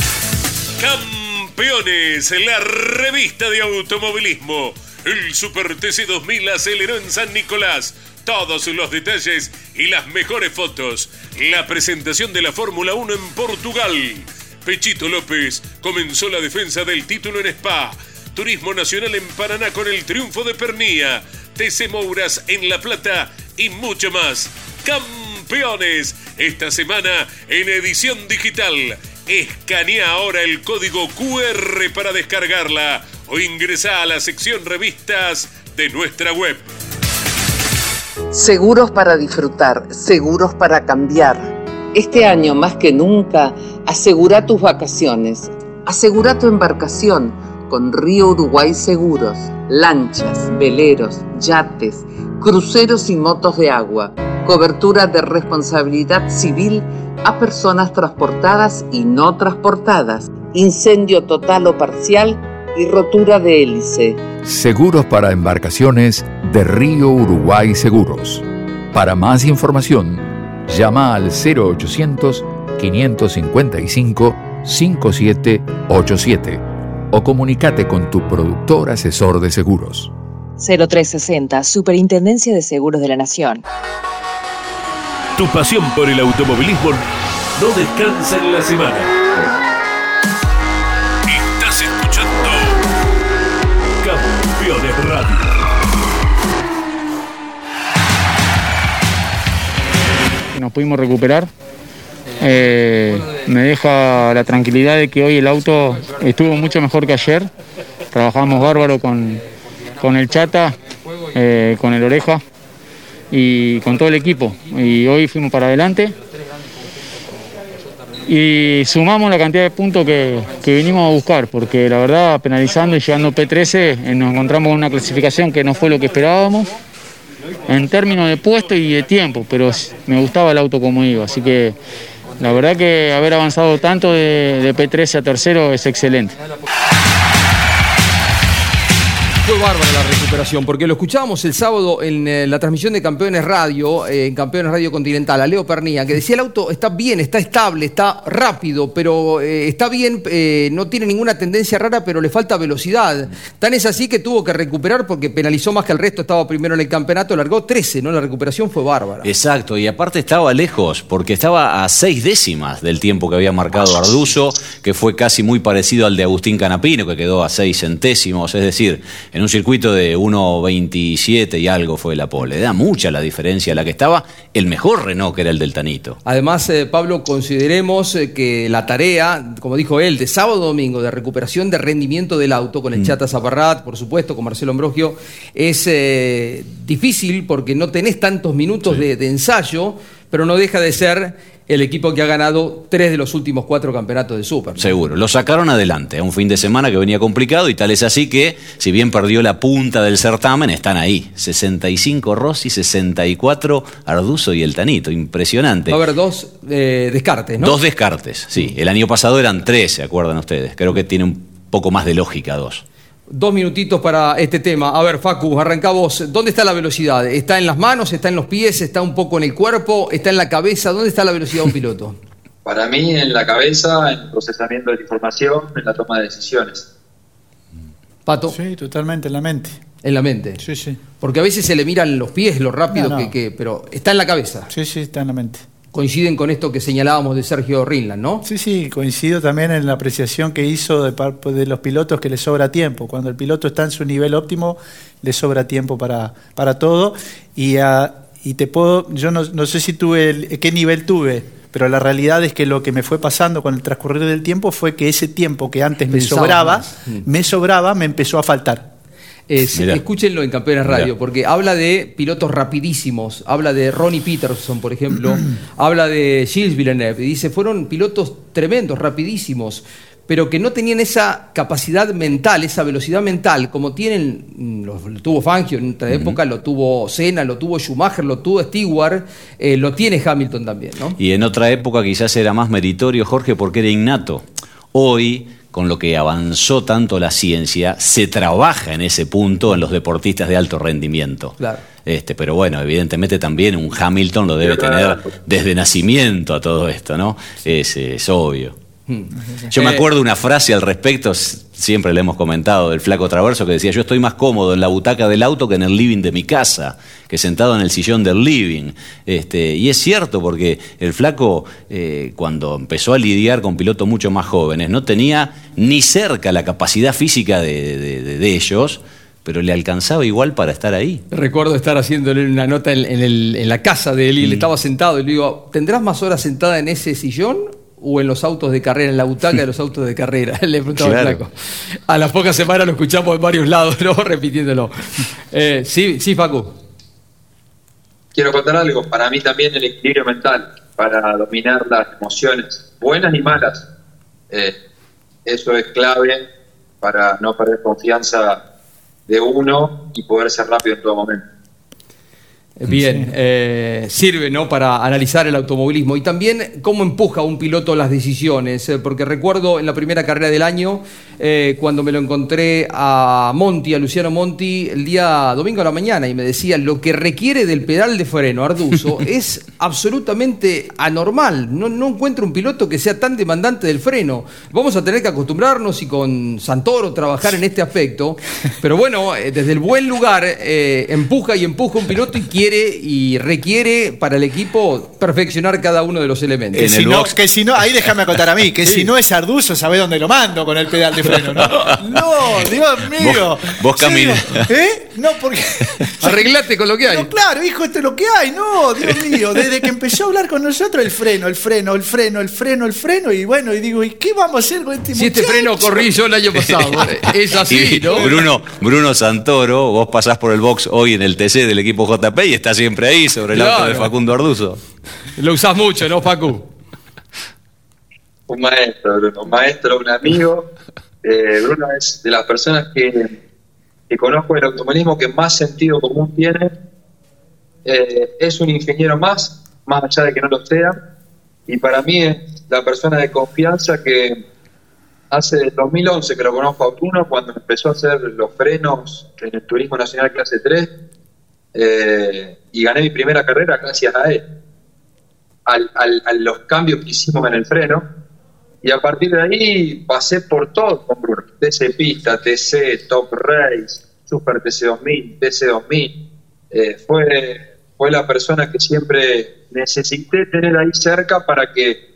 Campeones, la revista de automovilismo. El Super TC 2000 aceleró en San Nicolás. Todos los detalles y las mejores fotos. La presentación de la Fórmula 1 en Portugal. Pechito López comenzó la defensa del título en Spa. Turismo Nacional en Paraná con el triunfo de Pernía. TC Mouras en La Plata y mucho más. Campeones, esta semana en edición digital. Escanea ahora el código QR para descargarla o ingresa a la sección revistas de nuestra web. Seguros para disfrutar, seguros para cambiar. Este año más que nunca, asegura tus vacaciones. Asegura tu embarcación con Río Uruguay Seguros. Lanchas, veleros, yates, cruceros y motos de agua. Cobertura de responsabilidad civil a personas transportadas y no transportadas. Incendio total o parcial y rotura de hélice. Seguros para embarcaciones de Río Uruguay Seguros. Para más información, llama al 0800-555-5787 o comunícate con tu productor asesor de seguros. 0360, Superintendencia de Seguros de la Nación. Tu pasión por el automovilismo no descansa en la semana. Estás escuchando Campeones Radio. Nos pudimos recuperar. Me deja la tranquilidad de que hoy el auto estuvo mucho mejor que ayer. Trabajamos bárbaro con el Chata, con el Oreja y con todo el equipo. Y hoy fuimos para adelante y sumamos la cantidad de puntos que vinimos a buscar, porque la verdad, penalizando y llegando P13, nos encontramos con una clasificación que no fue lo que esperábamos en términos de puesto y de tiempo, pero me gustaba el auto como iba, así que la verdad que haber avanzado tanto de P13 a tercero es excelente. Fue bárbara la recuperación, porque lo escuchábamos el sábado en la transmisión de Campeones Radio, en Campeones Radio Continental, a Leo Pernía, que decía el auto está bien, está estable, está rápido, pero está bien, no tiene ninguna tendencia rara, pero le falta velocidad. Tan es así que tuvo que recuperar porque penalizó más que el resto, estaba primero en el campeonato, largó 13, ¿no? La recuperación fue bárbara. Exacto, y aparte estaba lejos, porque estaba a 6 décimas del tiempo que había marcado Arduzo, que fue casi muy parecido al de Agustín Canapino, que quedó a 6 centésimos, es decir, en un circuito de 1.27 y algo fue la pole. Da mucha la diferencia a la que estaba el mejor Renault, que era el del Tanito. Además, Pablo, consideremos que la tarea, como dijo él, de sábado-domingo, de recuperación de rendimiento del auto, con el Chata Zaparrat, por supuesto, con Marcelo Ambrogio, es difícil porque no tenés tantos minutos de ensayo, pero no deja de ser el equipo que ha ganado 3 de los últimos 4 campeonatos de Super, ¿no? Seguro, lo sacaron adelante, a un fin de semana que venía complicado y tal es así que, si bien perdió la punta del certamen, están ahí. 65 Rossi, 64 Arduzo y el Tanito, impresionante. Va a haber 2 descartes, ¿no? 2 descartes, sí. El año pasado eran 3, ¿se acuerdan ustedes? Creo que tiene un poco más de lógica 2. 2 minutitos para este tema. A ver, Facu, arrancá vos. ¿Dónde está la velocidad? ¿Está en las manos? ¿Está en los pies? ¿Está un poco en el cuerpo? ¿Está en la cabeza? ¿Dónde está la velocidad de un piloto? Para mí, en la cabeza, en el procesamiento de la información, en la toma de decisiones. ¿Pato? Sí, totalmente, en la mente. En la mente. Sí, sí. Porque a veces se le miran los pies, lo rápido No. pero está en la cabeza. Sí, sí, está en la mente. Coinciden con esto que señalábamos de Sergio Rinland, ¿no? Sí, sí, coincido también en la apreciación que hizo de los pilotos, que le sobra tiempo. Cuando el piloto está en su nivel óptimo, le sobra tiempo para todo. Y te puedo, yo no sé si qué nivel tuve, pero la realidad es que lo que me fue pasando con el transcurrir del tiempo fue que ese tiempo que antes me sobraba, me empezó a faltar. Escúchenlo en Campeones Radio, porque habla de pilotos rapidísimos, habla de Ronnie Peterson, por ejemplo, habla de Gilles Villeneuve, y dice, fueron pilotos tremendos, rapidísimos, pero que no tenían esa capacidad mental, esa velocidad mental, como tienen, lo tuvo Fangio en otra época, lo tuvo Senna, lo tuvo Schumacher, lo tuvo Stewart, lo tiene Hamilton también, ¿no? Y en otra época quizás era más meritorio, Jorge, porque era innato. Hoy, con lo que avanzó tanto la ciencia, se trabaja en ese punto en los deportistas de alto rendimiento. Claro. Pero bueno, evidentemente también un Hamilton lo debe tener desde nacimiento a todo esto, ¿no? Es obvio. Yo me acuerdo una frase al respecto, siempre le hemos comentado, del Flaco Traverso, que decía: yo estoy más cómodo en la butaca del auto que en el living de mi casa, que sentado en el sillón del living. Y es cierto, porque el Flaco, cuando empezó a lidiar con pilotos mucho más jóvenes, no tenía ni cerca la capacidad física de ellos, pero le alcanzaba igual para estar ahí. Recuerdo estar haciéndole una nota en la casa de él, y él estaba sentado, y le digo, ¿tendrás más horas sentada en ese sillón o en los autos de carrera, en la butaca de los autos de carrera? Le preguntaba al Flaco. A las pocas semanas lo escuchamos en varios lados, ¿no? Repitiéndolo. Sí, Facu. Quiero contar algo. Para mí también el equilibrio mental, para dominar las emociones, buenas y malas. Eso es clave para no perder confianza de uno y poder ser rápido en todo momento. Bien, sirve, ¿no?, para analizar el automovilismo y también cómo empuja un piloto las decisiones, porque recuerdo en la primera carrera del año, cuando me lo encontré a Luciano Monti, el día domingo a la mañana, y me decía, lo que requiere del pedal de freno Arduzo es absolutamente anormal. No encuentro un piloto que sea tan demandante del freno. Vamos a tener que acostumbrarnos y con Santoro trabajar en este aspecto, pero bueno, desde el buen lugar empuja un piloto y quiere y requiere para el equipo perfeccionar cada uno de los elementos. Que si no, ahí déjame contar a mí, que si no es Arduzo, ¿sabés dónde lo mando con el pedal de freno? No, Dios mío. Vos caminas. No, porque arreglate con lo que hay. No, claro, hijo, esto es lo que hay. No, Dios mío, desde que empezó a hablar con nosotros, el freno, y bueno, y digo, ¿y qué vamos a hacer con este muchacho? Si este freno corrí yo el año pasado. Es así, ¿no? Bruno Santoro, vos pasás por el box hoy en el TC del equipo JP y está siempre ahí sobre el auto de Facundo Arduzo. Lo usás mucho, ¿no, Facu? Un maestro, Bruno, un amigo. Bruno es de las personas que conozco del automovilismo que más sentido común tiene. Es un ingeniero más allá de que no lo sea, y para mí es la persona de confianza que hace del 2011 que lo conozco a Bruno, cuando empezó a hacer los frenos en el Turismo Nacional Clase 3, y gané mi primera carrera gracias a él, a los cambios que hicimos en el freno, y a partir de ahí pasé por todo con Bruno: TC Pista, TC, Top Race, Super TC 2000, TC 2000. Fue la persona que siempre necesité tener ahí cerca para que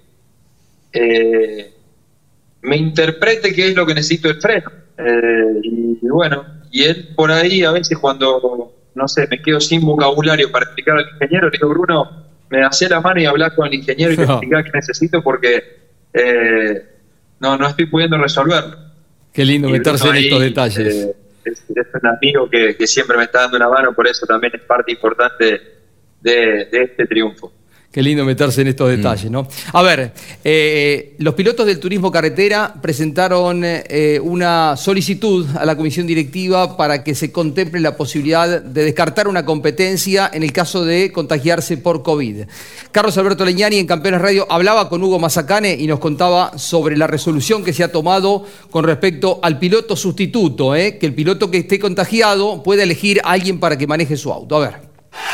me interprete qué es lo que necesito el freno. Y bueno, y él por ahí a veces cuando, no sé, me quedo sin vocabulario para explicar al ingeniero, le digo: Bruno, me hacé la mano y hablar con el ingeniero y le explicar qué necesito, porque no estoy pudiendo resolverlo. Qué lindo meterse en estos detalles. Es un amigo que siempre me está dando una mano, por eso también es parte importante de este triunfo. Qué lindo meterse en estos detalles, ¿no? A ver, los pilotos del turismo carretera presentaron una solicitud a la comisión directiva para que se contemple la posibilidad de descartar una competencia en el caso de contagiarse por COVID. Carlos Alberto Legnani en Campeones Radio hablaba con Hugo Mazacane y nos contaba sobre la resolución que se ha tomado con respecto al piloto sustituto, que el piloto que esté contagiado puede elegir a alguien para que maneje su auto. A ver.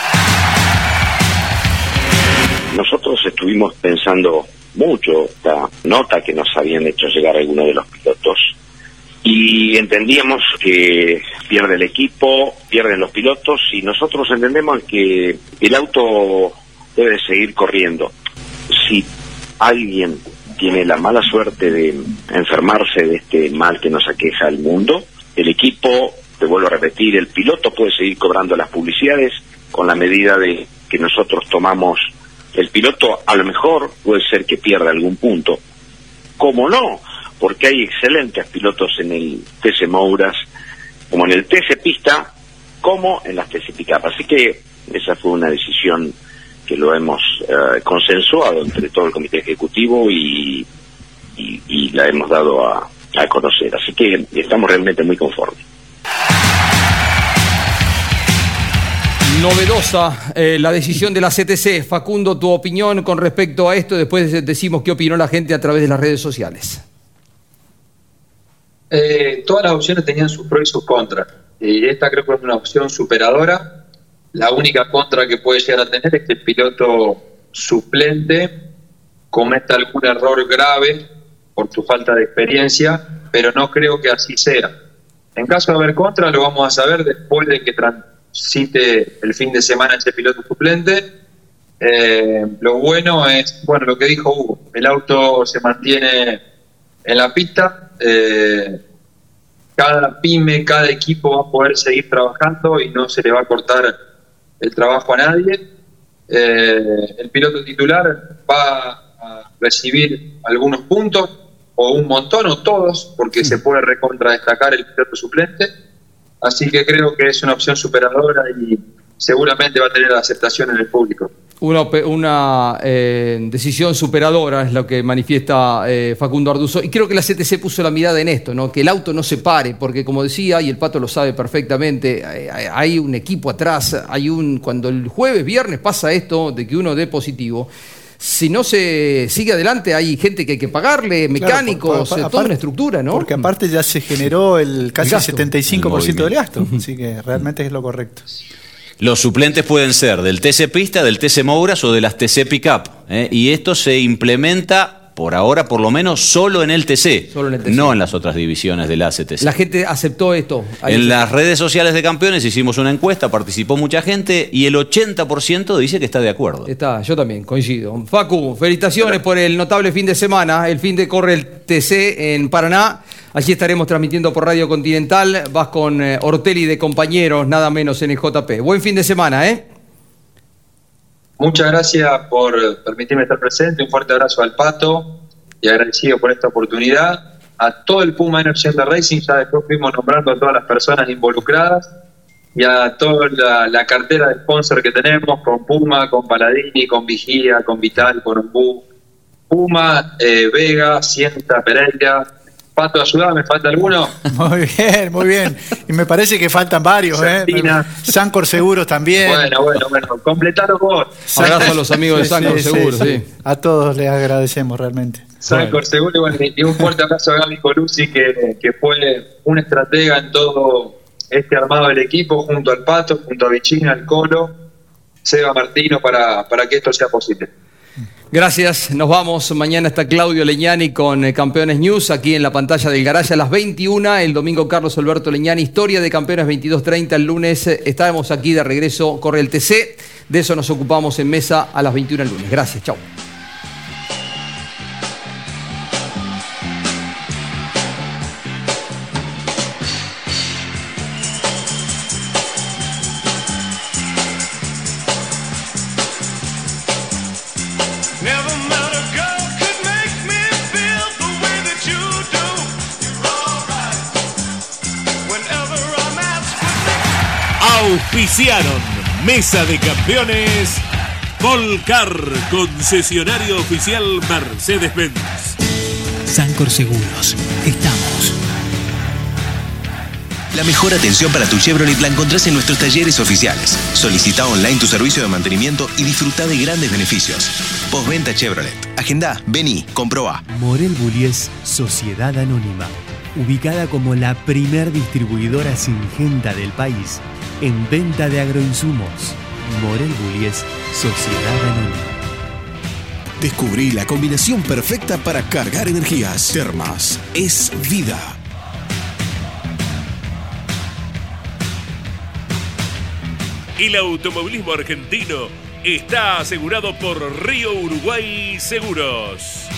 Nosotros estuvimos pensando mucho esta nota que nos habían hecho llegar algunos de los pilotos y entendíamos que pierde el equipo, pierden los pilotos y nosotros entendemos que el auto debe seguir corriendo. Si alguien tiene la mala suerte de enfermarse de este mal que nos aqueja al mundo, el equipo, te vuelvo a repetir, el piloto puede seguir cobrando las publicidades con la medida de que nosotros tomamos. El piloto a lo mejor puede ser que pierda algún punto, como no, porque hay excelentes pilotos en el TC Mouras, como en el TC Pista, como en las TC Pickup. Así que esa fue una decisión que lo hemos consensuado entre todo el comité ejecutivo y la hemos dado a conocer. Así que estamos realmente muy conformes. Novedosa la decisión de la CTC. Facundo, tu opinión con respecto a esto, después decimos qué opinó la gente a través de las redes sociales. Todas las opciones tenían sus pros y sus contras, y esta creo que es una opción superadora. La única contra que puede llegar a tener es que el piloto suplente cometa algún error grave por tu falta de experiencia, pero no creo que así sea. En caso de haber contra, lo vamos a saber después de que cite el fin de semana ese piloto suplente. Lo bueno es, bueno, lo que dijo Hugo, el auto se mantiene en la pista, cada pyme, cada equipo va a poder seguir trabajando y no se le va a cortar el trabajo a nadie. El piloto titular va a recibir algunos puntos, o un montón, o todos, porque se puede recontradestacar el piloto suplente. Así que creo que es una opción superadora y seguramente va a tener aceptación en el público. Una decisión superadora es lo que manifiesta Facundo Arduzo. Y creo que la CTC puso la mirada en esto, ¿no? Que el auto no se pare, porque como decía, y el Pato lo sabe perfectamente, hay un equipo atrás, cuando el jueves, viernes pasa esto de que uno dé positivo, si no se sigue adelante hay gente que hay que pagarle, mecánicos, claro, toda una estructura, ¿no? Porque aparte ya se generó casi el 75% del gasto, así que realmente es lo correcto. Los suplentes pueden ser del TC Pista, del TC Mouras o de las TC Pickup, y esto se implementa por ahora, por lo menos, solo en el TC, no en las otras divisiones de la CTC. La gente aceptó esto. En las redes sociales de Campeones hicimos una encuesta, participó mucha gente y el 80% dice que está de acuerdo. Yo también coincido. Facu, felicitaciones por el notable fin de semana. El fin de corre el TC en Paraná. Allí estaremos transmitiendo por Radio Continental. Vas con Ortelli de compañeros, nada menos en el JP. Buen fin de semana, ¿eh? Muchas gracias por permitirme estar presente. Un fuerte abrazo al Pato y agradecido por esta oportunidad. A todo el Puma N80 Racing, ya después fuimos nombrando a todas las personas involucradas y a toda la cartera de sponsor que tenemos con Puma, con Paladini, con Vigía, con Vital, con Ombú, Puma, Vega, Sienta, Pereira. Pato, ayúdame, ¿me falta alguno? Muy bien, muy bien. Y me parece que faltan varios, Sancor Seguros también. Bueno, completaros vos. Abrazo a los amigos de Sancor Seguros, sí. A todos les agradecemos realmente. Sancor Seguros, y un fuerte abrazo a Gaby Colucci, que fue un estratega en todo este armado del equipo, junto al Pato, junto a Vichina, al Colo, Seba Martino, para que esto sea posible. Gracias, nos vamos. Mañana está Claudio Legnani con Campeones News aquí en la pantalla del Garage a las 21. El domingo Carlos Alberto Legnani, historia de Campeones 22:30. El lunes estaremos aquí de regreso, corre el TC. De eso nos ocupamos en mesa a las 21 el lunes. Gracias, chau. Auspiciaron Mesa de Campeones Volcar, concesionario oficial Mercedes-Benz. Sancor Seguros, estamos. La mejor atención para tu Chevrolet la encontrás en nuestros talleres oficiales. Solicita online tu servicio de mantenimiento y disfruta de grandes beneficios. Postventa Chevrolet. Agendá, vení, comprobá. Morel Bullies Sociedad Anónima, ubicada como la primer distribuidora singenta del país en venta de agroinsumos. Morel Bullies Sociedad Anónima. Descubrí la combinación perfecta para cargar energías. Termas es vida. El automovilismo argentino está asegurado por Río Uruguay Seguros.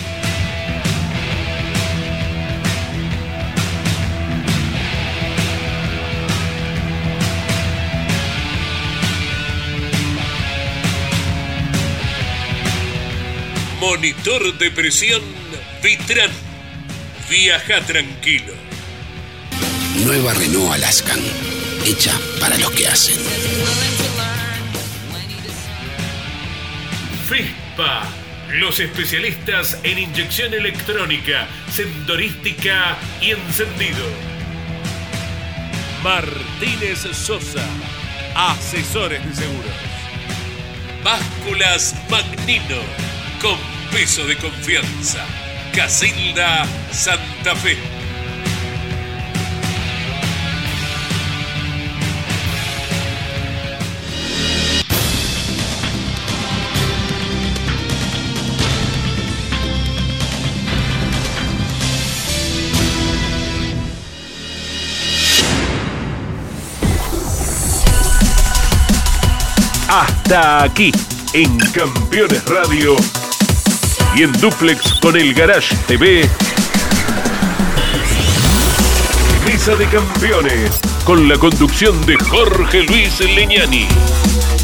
Monitor de presión Vitran. Viaja tranquilo. Nueva Renault Alaskan, hecha para los que hacen. Vespa, los especialistas en inyección electrónica, sensorística y encendido. Martínez Sosa, asesores de seguros. Básculas Magnino, con peso de confianza. Casilda Santa Fe. Hasta aquí, en Campeones Radio y en Duplex con el Garage TV. Mesa de Campeones, con la conducción de Jorge Luis Leñani.